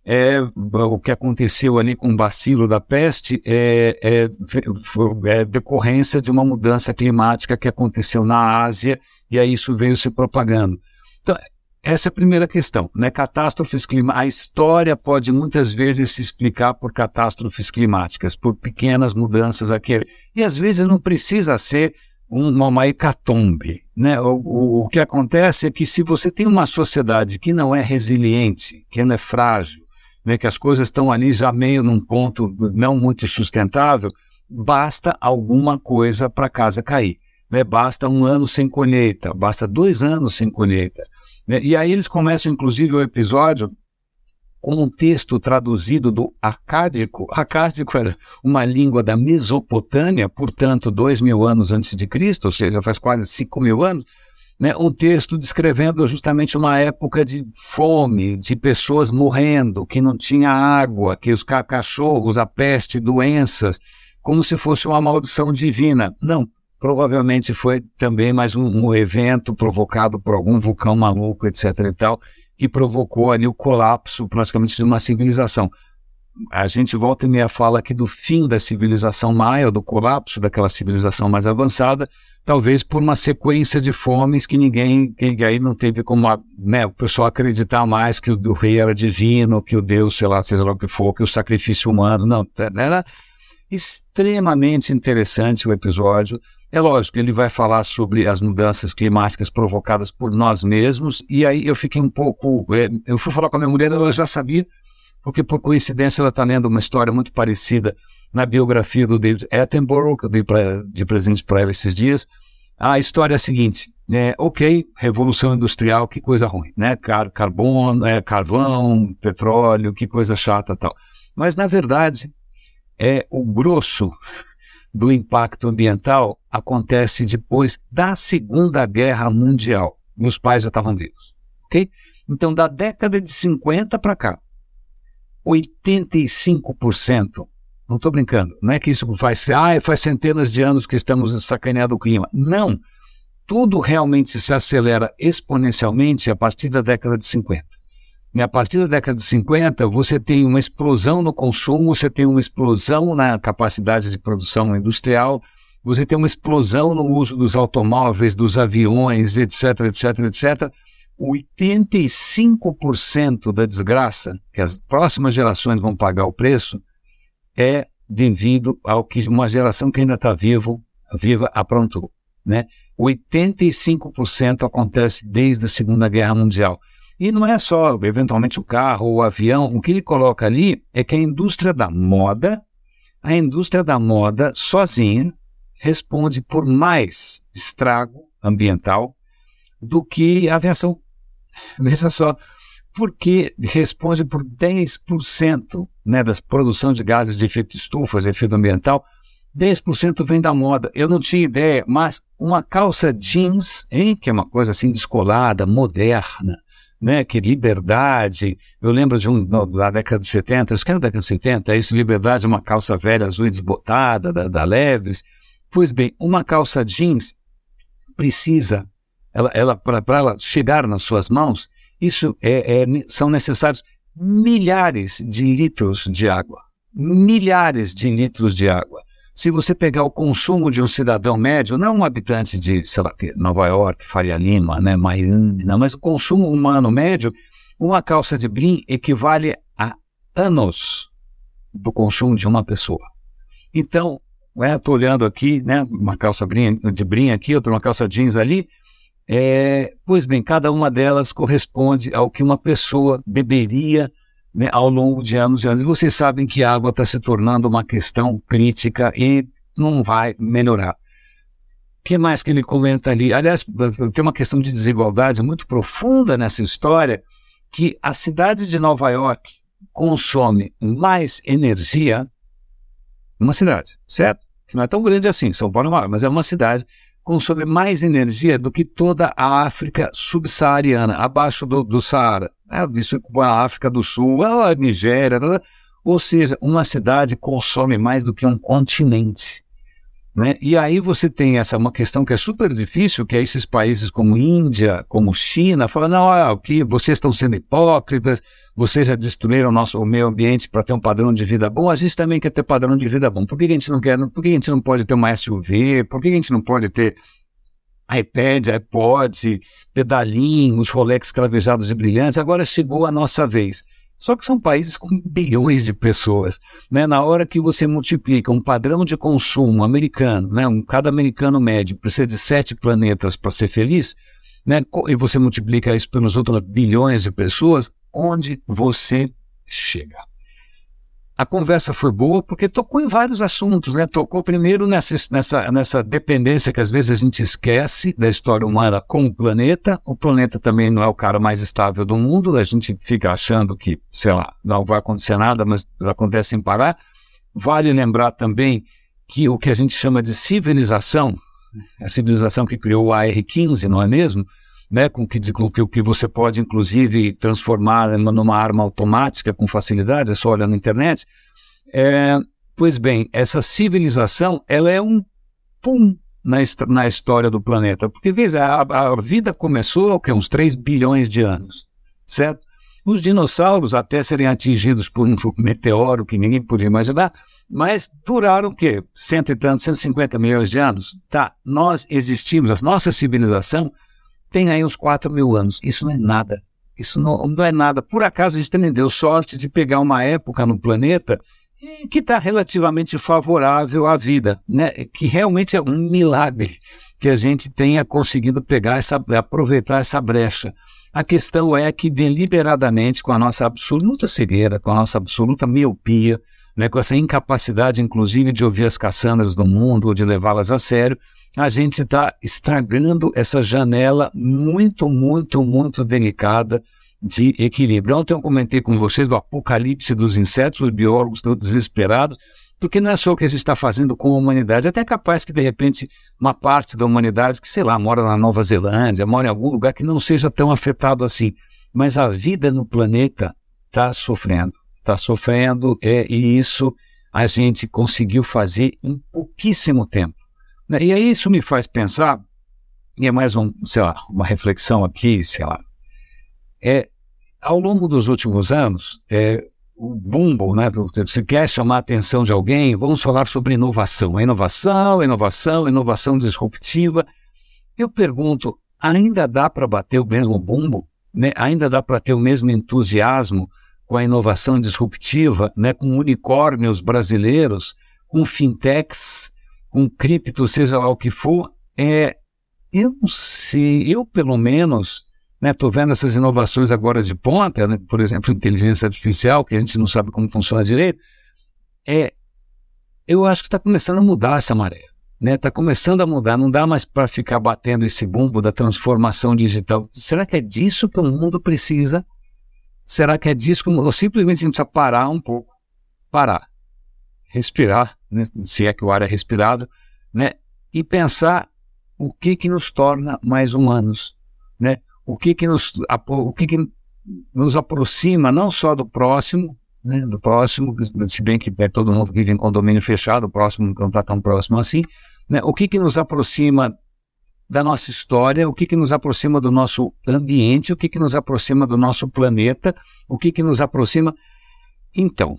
o que aconteceu ali com o bacilo da peste é decorrência de uma mudança climática que aconteceu na Ásia, e aí isso veio se propagando. Então, essa é a primeira questão, né? Catástrofes climáticas. A história pode muitas vezes se explicar por catástrofes climáticas, por pequenas mudanças aqui. E às vezes não precisa ser uma hecatombe, né? O que acontece é que se você tem uma sociedade que não é resiliente, que não é frágil, né, que as coisas estão ali já meio num ponto não muito sustentável, basta alguma coisa para a casa cair, né? Basta 1 ano sem colheita, basta 2 anos sem colheita, né? E aí eles começam, inclusive, o episódio com um texto traduzido do acádico. Acádico era uma língua da Mesopotâmia, portanto, 2000 anos antes de Cristo, ou seja, faz quase 5000 anos, né, um texto descrevendo justamente uma época de fome, de pessoas morrendo, que não tinha água, que os cachorros, a peste, doenças, como se fosse uma maldição divina. Não, provavelmente foi também mais um evento provocado por algum vulcão maluco, etc. e tal, que provocou ali o colapso praticamente de uma civilização. A gente volta e meia fala aqui do fim da civilização maia, do colapso daquela civilização mais avançada, talvez por uma sequência de fomes que que aí não teve como, né, o pessoal acreditar mais que o rei era divino, que o Deus, sei lá, seja lá o que for, que o sacrifício humano, não, era extremamente interessante o episódio. É lógico, ele vai falar sobre as mudanças climáticas provocadas por nós mesmos, e aí eu fiquei um pouco, eu fui falar com a minha mulher, ela já sabia, porque por coincidência ela está lendo uma história muito parecida na biografia do David Attenborough, que eu dei de presente para ela esses dias. A história é a seguinte, ok, revolução industrial, que coisa ruim, né? Carvão, petróleo, que coisa chata e tal. Mas, na verdade, o grosso do impacto ambiental acontece depois da Segunda Guerra Mundial. Meus pais já estavam vivos, ok? Então, da década de 50 para cá, 85%, não estou brincando, não é que isso faz centenas de anos que estamos sacaneando o clima. Não, tudo realmente se acelera exponencialmente a partir da década de 50. E a partir da década de 50, você tem uma explosão no consumo, você tem uma explosão na capacidade de produção industrial, você tem uma explosão no uso dos automóveis, dos aviões, etc, etc, etc. 85% da desgraça, que as próximas gerações vão pagar o preço, é devido ao que uma geração que ainda está viva aprontou, né? 85% acontece desde a Segunda Guerra Mundial. E não é só, eventualmente, o carro ou o avião. O que ele coloca ali é que a indústria da moda sozinha responde por mais estrago ambiental do que a aviação. Veja só, porque responde por 10%, né, da produção de gases de efeito estufa, de efeito ambiental, 10% vem da moda. Eu não tinha ideia, mas uma calça jeans, que é uma coisa assim descolada, moderna, né, que liberdade, eu lembro da década de 70, acho que era da década de 70, isso, liberdade, uma calça velha, azul e desbotada, da Levi's. Pois bem, uma calça jeans precisa, para ela chegar nas suas mãos, isso são necessários milhares de litros de água. Milhares de litros de água. Se você pegar o consumo de um cidadão médio, não um habitante de, sei lá, Nova York, Faria Lima, né, Miami, não, mas o consumo humano médio, uma calça de brim equivale a anos do consumo de uma pessoa. Então, estou olhando aqui, né, uma calça de brim aqui, outra uma calça jeans ali, pois bem, cada uma delas corresponde ao que uma pessoa beberia, né, ao longo de anos e anos. E vocês sabem que a água está se tornando uma questão crítica e não vai melhorar. O que mais que ele comenta ali? Aliás, tem uma questão de desigualdade muito profunda nessa história, que a cidade de Nova York consome mais energia, uma cidade, certo? Que não é tão grande assim, São Paulo é maior, mas é uma cidade, consome mais energia do que toda a África subsaariana, abaixo do Saara. Isso a África do Sul, a Nigéria, ou seja, uma cidade consome mais do que um continente, né? E aí você tem uma questão que é super difícil, que é esses países como Índia, como China, falando, não, que vocês estão sendo hipócritas, vocês já destruíram o meio ambiente para ter um padrão de vida bom, a gente também quer ter padrão de vida bom. Por que a gente não quer? Por que a gente não pode ter uma SUV? Por que a gente não pode ter iPad, iPod, pedalinho, os Rolex cravejados e brilhantes? Agora chegou a nossa vez. Só que são países com bilhões de pessoas, né? Na hora que você multiplica um padrão de consumo americano, né? Cada americano médio precisa de 7 planetas para ser feliz, né? E você multiplica isso pelos outros bilhões de pessoas, onde você chega? A conversa foi boa porque tocou em vários assuntos, né? Tocou primeiro nessa dependência que às vezes a gente esquece da história humana com o planeta. O planeta também não é o cara mais estável do mundo, a gente fica achando que, sei lá, não vai acontecer nada, mas acontece sem parar. Vale lembrar também que o que a gente chama de civilização, a civilização que criou o AR-15, não é mesmo? Né, com que você pode, inclusive, transformar numa arma automática com facilidade, é só olhar na internet. Pois bem, essa civilização, ela é um pum na história do planeta. Porque, veja, a vida começou há uns 3 bilhões de anos, certo? Os dinossauros, até serem atingidos por um meteoro que ninguém podia imaginar, mas duraram o quê? 150 milhões de anos? Tá, nós existimos, a nossa civilização tem aí uns 4 mil anos. Isso não é nada. Isso não é nada. Por acaso a gente também deu sorte de pegar uma época no planeta que está relativamente favorável à vida, né? Que realmente é um milagre que a gente tenha conseguido aproveitar essa brecha. A questão é que deliberadamente, com a nossa absoluta cegueira, com a nossa absoluta miopia, né, com essa incapacidade, inclusive, de ouvir as caçambas do mundo ou de levá-las a sério, a gente está estragando essa janela muito, muito, muito delicada de equilíbrio. Ontem eu comentei com vocês do apocalipse dos insetos, os biólogos estão desesperados, porque não é só o que a gente está fazendo com a humanidade, até capaz que, de repente, uma parte da humanidade que, sei lá, mora na Nova Zelândia, mora em algum lugar que não seja tão afetado assim, mas a vida no planeta está sofrendo, e isso a gente conseguiu fazer em pouquíssimo tempo. E aí isso me faz pensar, e é mais uma reflexão aqui, ao longo dos últimos anos, o bumbo, né, se quer chamar a atenção de alguém, vamos falar sobre inovação. Inovação disruptiva. Eu pergunto, ainda dá para bater o mesmo bumbo? Né? Ainda dá para ter o mesmo entusiasmo com a inovação disruptiva, né, com unicórnios brasileiros, com fintechs, com cripto, seja lá o que for? Eu não sei, eu pelo menos... Estou vendo essas inovações agora de ponta, né? Por exemplo, inteligência artificial, que a gente não sabe como funciona direito. Eu acho que está começando a mudar essa maré. Está começando a mudar, não dá mais para ficar batendo esse bumbo da transformação digital. Será que é disso que o mundo precisa? Será que é disso que ou simplesmente a gente precisa parar um pouco? Respirar, né? Se é que o ar é respirado, né? E pensar o que nos torna mais humanos, né? O que nos aproxima não só do próximo, né, se bem que todo mundo vive em condomínio fechado, o próximo não está tão próximo assim, né, o que nos aproxima da nossa história, o que nos aproxima do nosso ambiente, o que nos aproxima do nosso planeta, o que nos aproxima... Então,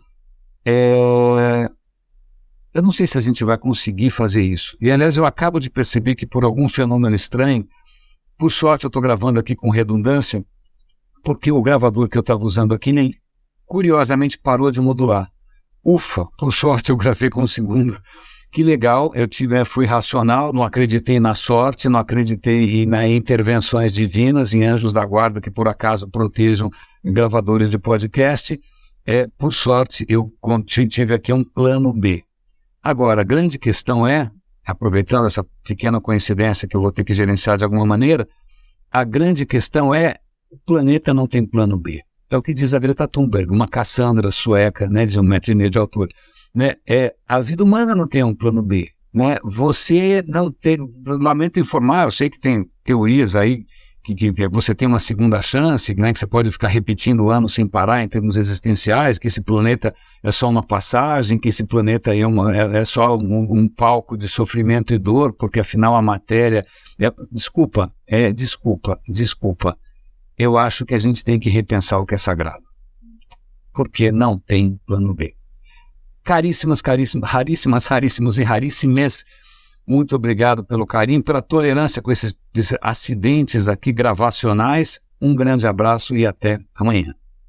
eu não sei se a gente vai conseguir fazer isso. E, aliás, eu acabo de perceber que por algum fenômeno estranho, por sorte, eu estou gravando aqui com redundância, porque o gravador que eu estava usando aqui, curiosamente, parou de modular. Ufa, por sorte eu gravei com o segundo. Que legal, fui racional, não acreditei na sorte, não acreditei em intervenções divinas, em anjos da guarda que por acaso protejam gravadores de podcast. Por sorte, eu tive aqui um plano B. Agora, a grande questão aproveitando essa pequena coincidência que eu vou ter que gerenciar de alguma maneira, a grande questão o planeta não tem plano B. É o que diz a Greta Thunberg, uma Cassandra sueca, né, de 1,5 metro de altura. Né? A vida humana não tem um plano B. Né? Você não tem... Lamento informar, eu sei que tem teorias aí que você tem uma segunda chance, né, que você pode ficar repetindo o ano sem parar em termos existenciais, que esse planeta é só uma passagem, que esse planeta é só um palco de sofrimento e dor, porque afinal a matéria... Desculpa. Eu acho que a gente tem que repensar o que é sagrado. Porque não tem plano B. Caríssimas, raríssimos e raríssimas, muito obrigado pelo carinho, pela tolerância com esses acidentes aqui gravacionais. Um grande abraço e até amanhã.